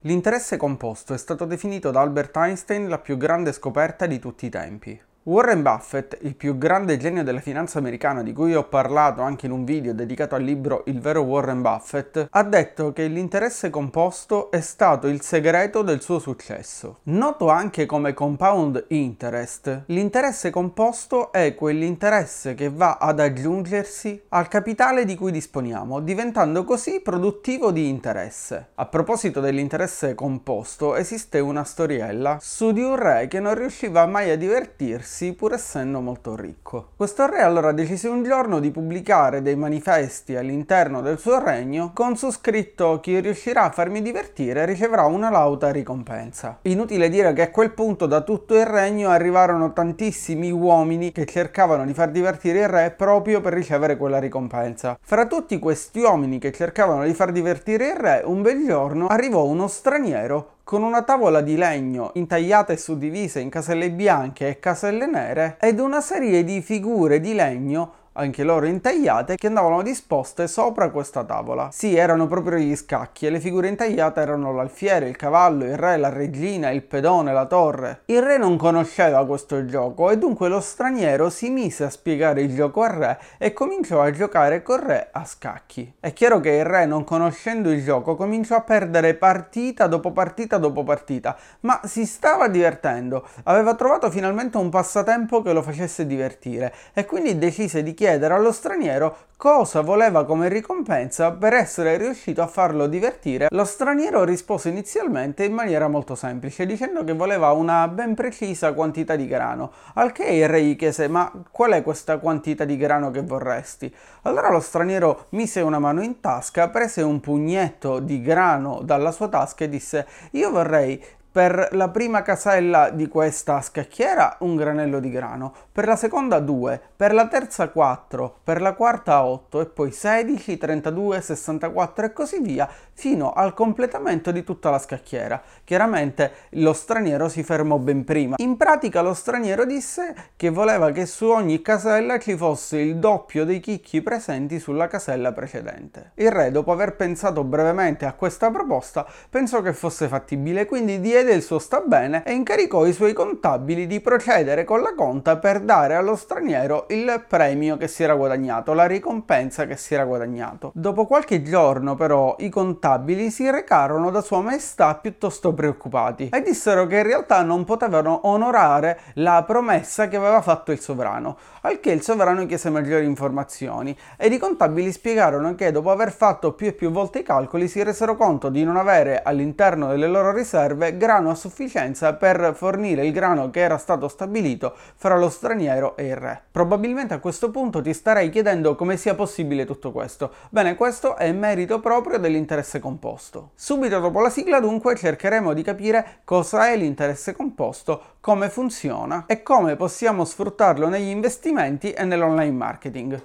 L'interesse composto è stato definito da Albert Einstein la più grande scoperta di tutti i tempi. Warren Buffett, il più grande genio della finanza americana di cui ho parlato anche in un video dedicato al libro Il vero Warren Buffett, ha detto che l'interesse composto è stato il segreto del suo successo. Noto anche come compound interest, l'interesse composto è quell'interesse che va ad aggiungersi al capitale di cui disponiamo, diventando così produttivo di interesse. A proposito dell'interesse composto, esiste una storiella su di un re che non riusciva mai a divertirsi pur essendo molto ricco. Questo re allora decise un giorno di pubblicare dei manifesti all'interno del suo regno con su scritto: chi riuscirà a farmi divertire riceverà una lauta ricompensa. Inutile dire che a quel punto da tutto il regno arrivarono tantissimi uomini che cercavano di far divertire il re proprio per ricevere quella ricompensa. Fra tutti questi uomini che cercavano di far divertire il re, un bel giorno arrivò uno straniero con una tavola di legno intagliata e suddivisa in caselle bianche e caselle nere ed una serie di figure di legno, anche loro intagliate, che andavano disposte sopra questa tavola. Sì, erano proprio gli scacchi e le figure intagliate erano l'alfiere, il cavallo, il re, la regina, il pedone, la torre. Il re non conosceva questo gioco e dunque lo straniero si mise a spiegare il gioco al re e cominciò a giocare col re a scacchi. È chiaro che il re, non conoscendo il gioco, cominciò a perdere partita dopo partita dopo partita, ma si stava divertendo. Aveva trovato finalmente un passatempo che lo facesse divertire e quindi decise di chiedere allo straniero cosa voleva come ricompensa per essere riuscito a farlo divertire. Lo straniero rispose inizialmente in maniera molto semplice, dicendo che voleva una ben precisa quantità di grano, al che il re gli chiese: ma qual è questa quantità di grano che vorresti? Allora lo straniero mise una mano in tasca, prese un pugnetto di grano dalla sua tasca e disse: io vorrei per la prima casella di questa scacchiera un granello di grano, per la seconda 2, per la terza 4, per la quarta 8 e poi 16, 32, 64 e così via, fino al completamento di tutta la scacchiera. Chiaramente lo straniero si fermò ben prima. In pratica lo straniero disse che voleva che su ogni casella ci fosse il doppio dei chicchi presenti sulla casella precedente. Il re, dopo aver pensato brevemente a questa proposta, pensò che fosse fattibile, quindi diede il suo sta bene e incaricò i suoi contabili di procedere con la conta per dare allo straniero il premio che si era guadagnato, la ricompensa che si era guadagnato. Dopo qualche giorno però i contabili si recarono da Sua Maestà piuttosto preoccupati e dissero che in realtà non potevano onorare la promessa che aveva fatto il sovrano, al che il sovrano chiese maggiori informazioni ed i contabili spiegarono che dopo aver fatto più e più volte i calcoli si resero conto di non avere all'interno delle loro riserve grano a sufficienza per fornire il grano che era stato stabilito fra lo straniero e il re. Probabilmente a questo punto ti starei chiedendo come sia possibile tutto questo. Bene, questo è merito proprio dell'interesse composto. Subito dopo la sigla dunque cercheremo di capire cosa è l'interesse composto, come funziona e come possiamo sfruttarlo negli investimenti e nell'online marketing.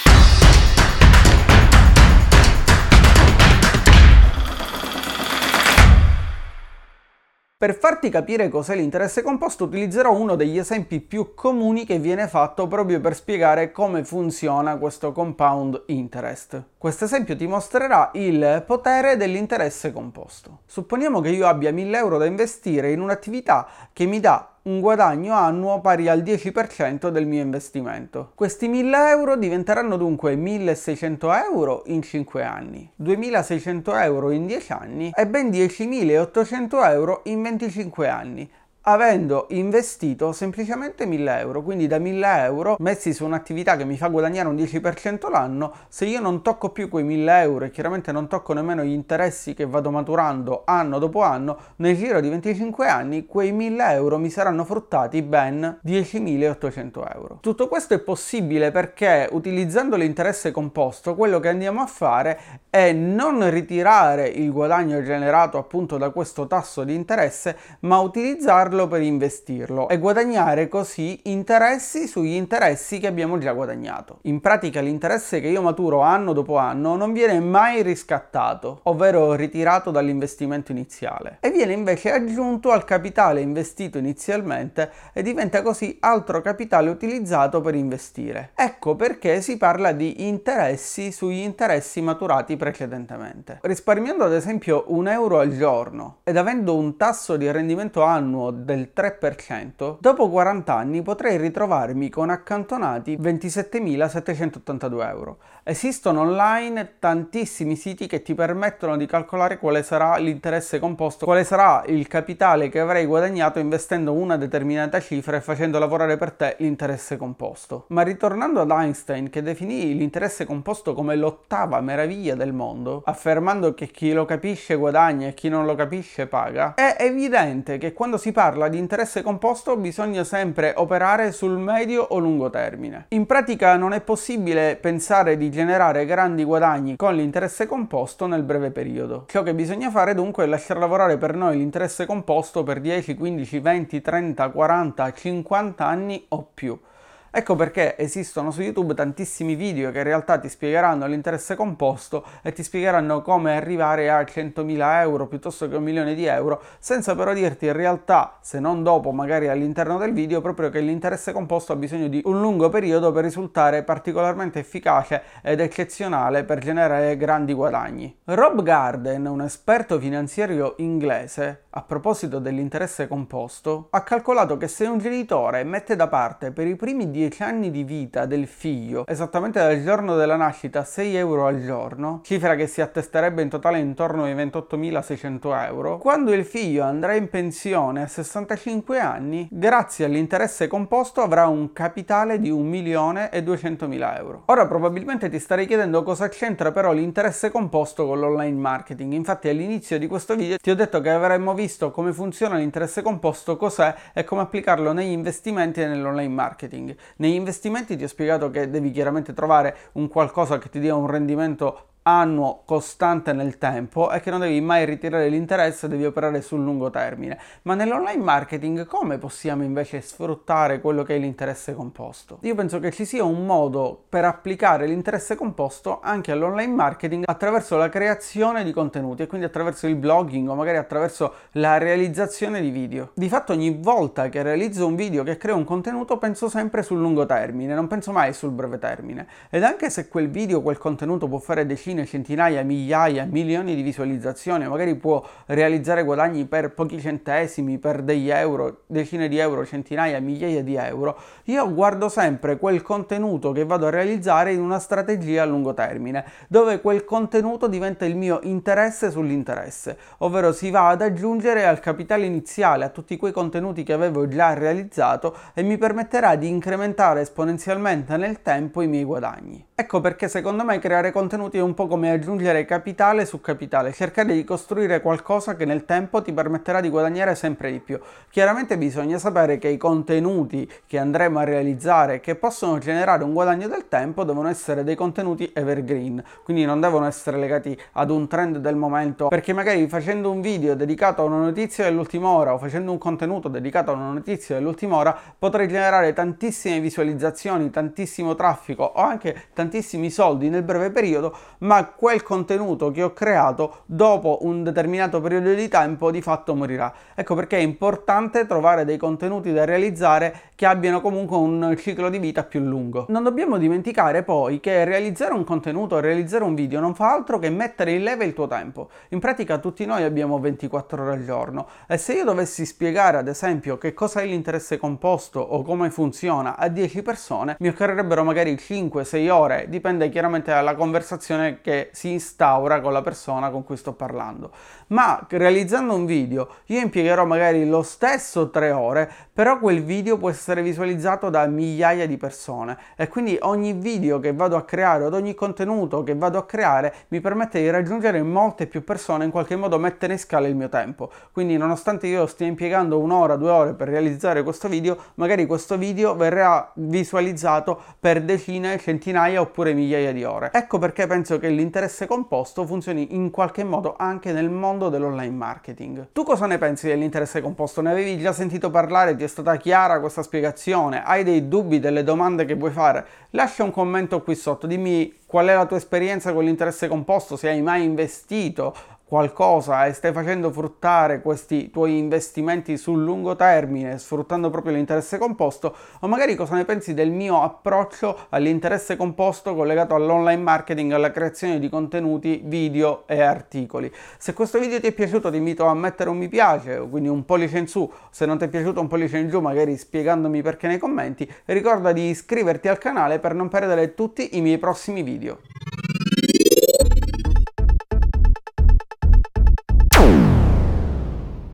Per farti capire cos'è l'interesse composto utilizzerò uno degli esempi più comuni che viene fatto proprio per spiegare come funziona questo compound interest. Questo esempio ti mostrerà il potere dell'interesse composto. Supponiamo che io abbia 1000 euro da investire in un'attività che mi dà un guadagno annuo pari al 10% del mio investimento. Questi 1000 euro diventeranno dunque 1600 euro in 5 anni, 2600 euro in 10 anni e ben 10.800 euro in 25 anni, avendo investito semplicemente 1000 euro. Quindi da 1000 euro messi su un'attività che mi fa guadagnare un 10% l'anno, se io non tocco più quei 1000 euro e chiaramente non tocco nemmeno gli interessi che vado maturando anno dopo anno, nel giro di 25 anni quei 1000 euro mi saranno fruttati ben 10.800 euro. Tutto questo è possibile perché utilizzando l'interesse composto quello che andiamo a fare è non ritirare il guadagno generato appunto da questo tasso di interesse, ma utilizzarlo utilizzarlo per investirlo e guadagnare così interessi sugli interessi che abbiamo già guadagnato. In pratica l'interesse che io maturo anno dopo anno non viene mai riscattato, ovvero ritirato dall'investimento iniziale, e viene invece aggiunto al capitale investito inizialmente e diventa così altro capitale utilizzato per investire. Ecco perché si parla di interessi sugli interessi maturati precedentemente. Risparmiando ad esempio €1 al giorno ed avendo un tasso di rendimento annuo del 3%, dopo 40 anni potrei ritrovarmi con accantonati €27.782. Esistono online tantissimi siti che ti permettono di calcolare quale sarà l'interesse composto, quale sarà il capitale che avrai guadagnato investendo una determinata cifra e facendo lavorare per te l'interesse composto. Ma ritornando ad Einstein, che definì l'interesse composto come l'8ª meraviglia del mondo, affermando che chi lo capisce guadagna e chi non lo capisce paga, è evidente che quando si parla di interesse composto bisogna sempre operare sul medio o lungo termine. In pratica non è possibile pensare di generare grandi guadagni con l'interesse composto nel breve periodo. Ciò che bisogna fare dunque è lasciare lavorare per noi l'interesse composto per 10, 15, 20, 30, 40, 50 anni o più. Ecco perché esistono su YouTube tantissimi video che in realtà ti spiegheranno l'interesse composto e ti spiegheranno come arrivare a 100.000 euro piuttosto che €1.000.000, senza però dirti in realtà, se non dopo, magari all'interno del video, proprio che l'interesse composto ha bisogno di un lungo periodo per risultare particolarmente efficace ed eccezionale per generare grandi guadagni. Rob Garden, un esperto finanziario inglese, a proposito dell'interesse composto, ha calcolato che se un genitore mette da parte per i primi 10 anni di vita del figlio, esattamente dal giorno della nascita, €6 al giorno, cifra che si attesterebbe in totale intorno ai €28.600, quando il figlio andrà in pensione a 65 anni, grazie all'interesse composto avrà un capitale di €1.200.000. Ora probabilmente ti starei chiedendo cosa c'entra però l'interesse composto con l'online marketing. Infatti all'inizio di questo video ti ho detto che avremmo visto come funziona l'interesse composto, cos'è e come applicarlo negli investimenti e nell'online marketing. Negli investimenti ti ho spiegato che devi chiaramente trovare un qualcosa che ti dia un rendimento annuo costante nel tempo e che non devi mai ritirare l'interesse, devi operare sul lungo termine. Ma nell'online marketing come possiamo invece sfruttare quello che è l'interesse composto? Io penso che ci sia un modo per applicare l'interesse composto anche all'online marketing attraverso la creazione di contenuti e quindi attraverso il blogging o magari attraverso la realizzazione di video. Di fatto ogni volta che realizzo un video, che creo un contenuto, penso sempre sul lungo termine, non penso mai sul breve termine. Ed anche se quel video, quel contenuto può fare decine, centinaia, migliaia, milioni di visualizzazioni, magari può realizzare guadagni per pochi centesimi, per degli euro, decine di euro, centinaia, migliaia di euro, io guardo sempre quel contenuto che vado a realizzare in una strategia a lungo termine, dove quel contenuto diventa il mio interesse sull'interesse, ovvero si va ad aggiungere al capitale iniziale, a tutti quei contenuti che avevo già realizzato e mi permetterà di incrementare esponenzialmente nel tempo i miei guadagni. Ecco perché secondo me creare contenuti è un po' come aggiungere capitale su capitale, cercare di costruire qualcosa che nel tempo ti permetterà di guadagnare sempre di più. Chiaramente bisogna sapere che i contenuti che andremo a realizzare, che possono generare un guadagno del tempo, devono essere dei contenuti evergreen, quindi non devono essere legati ad un trend del momento, perché magari facendo un video dedicato a una notizia dell'ultima ora o facendo un contenuto dedicato a una notizia dell'ultima ora potrei generare tantissime visualizzazioni, tantissimo traffico o anche tantissimi soldi nel breve periodo, ma quel contenuto che ho creato dopo un determinato periodo di tempo di fatto morirà. Ecco perché è importante trovare dei contenuti da realizzare che abbiano comunque un ciclo di vita più lungo. Non dobbiamo dimenticare poi che realizzare un contenuto, realizzare un video non fa altro che mettere in leva il tuo tempo. In pratica tutti noi abbiamo 24 ore al giorno e se io dovessi spiegare ad esempio che cosa è l'interesse composto o come funziona a 10 persone, mi occorrerebbero magari 5-6 ore, dipende chiaramente dalla conversazione che si instaura con la persona con cui sto parlando. Ma realizzando un video io impiegherò magari lo stesso 3 ore, però quel video può essere visualizzato da migliaia di persone e quindi ogni video che vado a creare, ad ogni contenuto che vado a creare mi permette di raggiungere molte più persone, in qualche modo mettere in scala il mio tempo. Quindi nonostante io stia impiegando 1 ora, 2 ore per realizzare questo video, magari questo video verrà visualizzato per decine, centinaia oppure migliaia di ore. Ecco perché penso che l'interesse composto funzioni in qualche modo anche nel mondo mondo dell'online marketing. Tu cosa ne pensi dell'interesse composto? Ne avevi già sentito parlare? Ti è stata chiara questa spiegazione? Hai dei dubbi, delle domande che vuoi fare? Lascia un commento qui sotto, dimmi qual è la tua esperienza con l'interesse composto, se hai mai investito qualcosa e stai facendo fruttare questi tuoi investimenti sul lungo termine, sfruttando proprio l'interesse composto, o magari cosa ne pensi del mio approccio all'interesse composto collegato all'online marketing, alla creazione di contenuti, video e articoli. Se questo video ti è piaciuto ti invito a mettere un mi piace, quindi un pollice in su, se non ti è piaciuto un pollice in giù, magari spiegandomi perché nei commenti, e ricorda di iscriverti al canale per non perdere tutti i miei prossimi video.